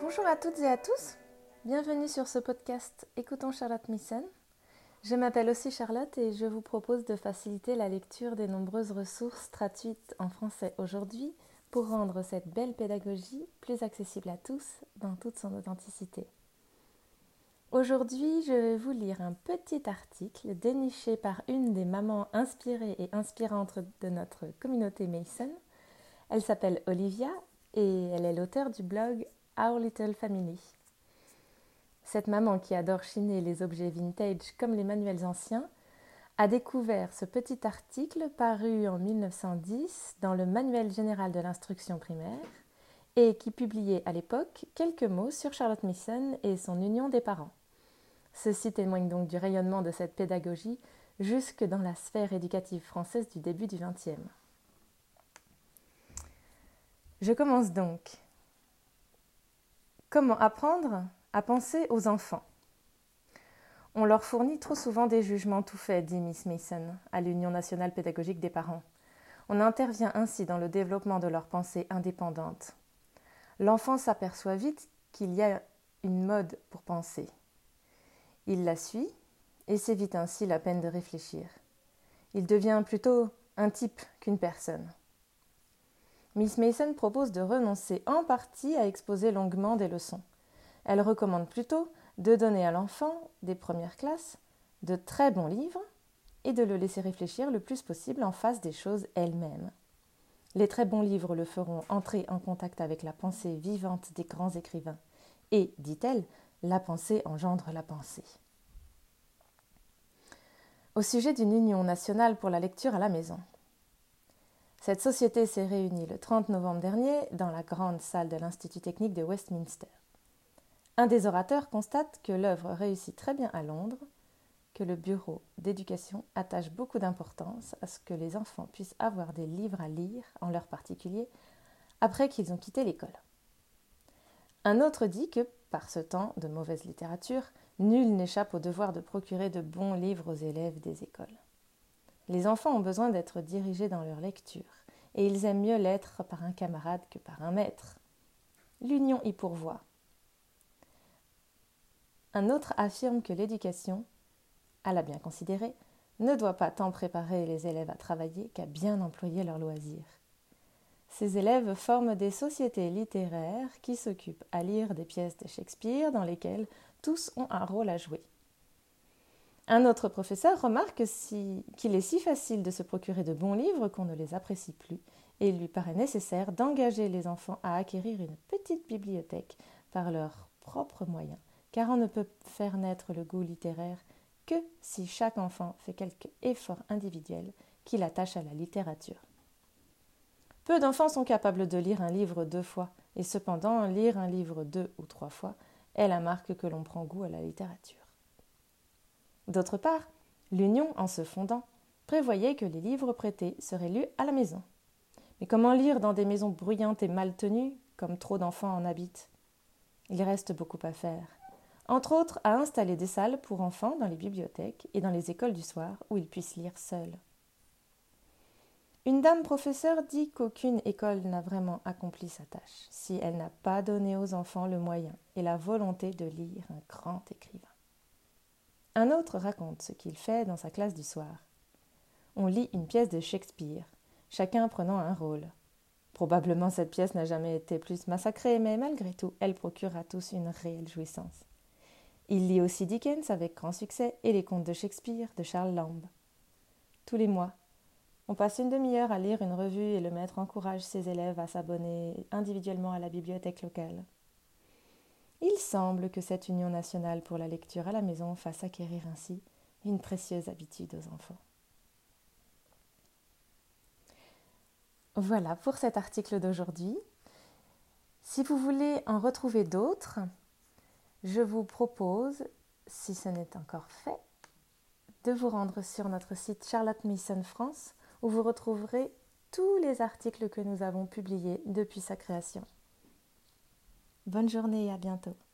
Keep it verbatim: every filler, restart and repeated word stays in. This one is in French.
Bonjour à toutes et à tous, bienvenue sur ce podcast Écoutons Charlotte Meessen. Je m'appelle aussi Charlotte et je vous propose de faciliter la lecture des nombreuses ressources traduites en français aujourd'hui pour rendre cette belle pédagogie plus accessible à tous dans toute son authenticité. Aujourd'hui, je vais vous lire un petit article déniché par une des mamans inspirées et inspirantes de notre communauté Meessen. Elle s'appelle Olivia et elle est l'auteure du blog Our Little Family. Cette maman qui adore chiner les objets vintage comme les manuels anciens a découvert ce petit article paru en mille neuf cent dix dans le Manuel général de l'instruction primaire et qui publiait à l'époque quelques mots sur Charlotte Meessen et son union des parents. Ceci témoigne donc du rayonnement de cette pédagogie jusque dans la sphère éducative française du début du vingtième. Je commence donc. Comment apprendre à penser aux enfants ? On leur fournit trop souvent des jugements tout faits, dit Miss Meessen, à l'Union nationale pédagogique des parents. On intervient ainsi dans le développement de leur pensée indépendante. L'enfant s'aperçoit vite qu'il y a une mode pour penser. Il la suit et s'évite ainsi la peine de réfléchir. Il devient plutôt un type qu'une personne. Miss Meessen propose de renoncer en partie à exposer longuement des leçons. Elle recommande plutôt de donner à l'enfant des premières classes de très bons livres et de le laisser réfléchir le plus possible en face des choses elles-mêmes. Les très bons livres le feront entrer en contact avec la pensée vivante des grands écrivains. Et, dit-elle, la pensée engendre la pensée. Au sujet d'une union nationale pour la lecture à la maison. Cette société s'est réunie le trente novembre dernier dans la grande salle de l'Institut technique de Westminster. Un des orateurs constate que l'œuvre réussit très bien à Londres, que le bureau d'éducation attache beaucoup d'importance à ce que les enfants puissent avoir des livres à lire, en leur particulier, après qu'ils ont quitté l'école. Un autre dit que, par ce temps de mauvaise littérature, nul n'échappe au devoir de procurer de bons livres aux élèves des écoles. Les enfants ont besoin d'être dirigés dans leur lecture, et ils aiment mieux l'être par un camarade que par un maître. L'union y pourvoit. Un autre affirme que l'éducation, à la bien considérer, ne doit pas tant préparer les élèves à travailler qu'à bien employer leurs loisirs. Ces élèves forment des sociétés littéraires qui s'occupent à lire des pièces de Shakespeare dans lesquelles tous ont un rôle à jouer. Un autre professeur remarque si, qu'il est si facile de se procurer de bons livres qu'on ne les apprécie plus et il lui paraît nécessaire d'engager les enfants à acquérir une petite bibliothèque par leurs propres moyens, car on ne peut faire naître le goût littéraire que si chaque enfant fait quelque effort individuel qui l'attache à la littérature. Peu d'enfants sont capables de lire un livre deux fois, et cependant lire un livre deux ou trois fois est la marque que l'on prend goût à la littérature. D'autre part, l'Union, en se fondant, prévoyait que les livres prêtés seraient lus à la maison. Mais comment lire dans des maisons bruyantes et mal tenues, comme trop d'enfants en habitent ? Il reste beaucoup à faire. Entre autres, à installer des salles pour enfants dans les bibliothèques et dans les écoles du soir où ils puissent lire seuls. Une dame professeure dit qu'aucune école n'a vraiment accompli sa tâche si elle n'a pas donné aux enfants le moyen et la volonté de lire un grand écrivain. Un autre raconte ce qu'il fait dans sa classe du soir. On lit une pièce de Shakespeare, chacun prenant un rôle. Probablement cette pièce n'a jamais été plus massacrée, mais malgré tout, elle procure à tous une réelle jouissance. Il lit aussi Dickens avec grand succès et les contes de Shakespeare de Charles Lamb. Tous les mois, on passe une demi-heure à lire une revue et le maître encourage ses élèves à s'abonner individuellement à la bibliothèque locale. Il semble que cette union nationale pour la lecture à la maison fasse acquérir ainsi une précieuse habitude aux enfants. Voilà pour cet article d'aujourd'hui. Si vous voulez en retrouver d'autres, je vous propose, si ce n'est encore fait, de vous rendre sur notre site Charlotte Meessen France où vous retrouverez tous les articles que nous avons publiés depuis sa création. Bonne journée et à bientôt.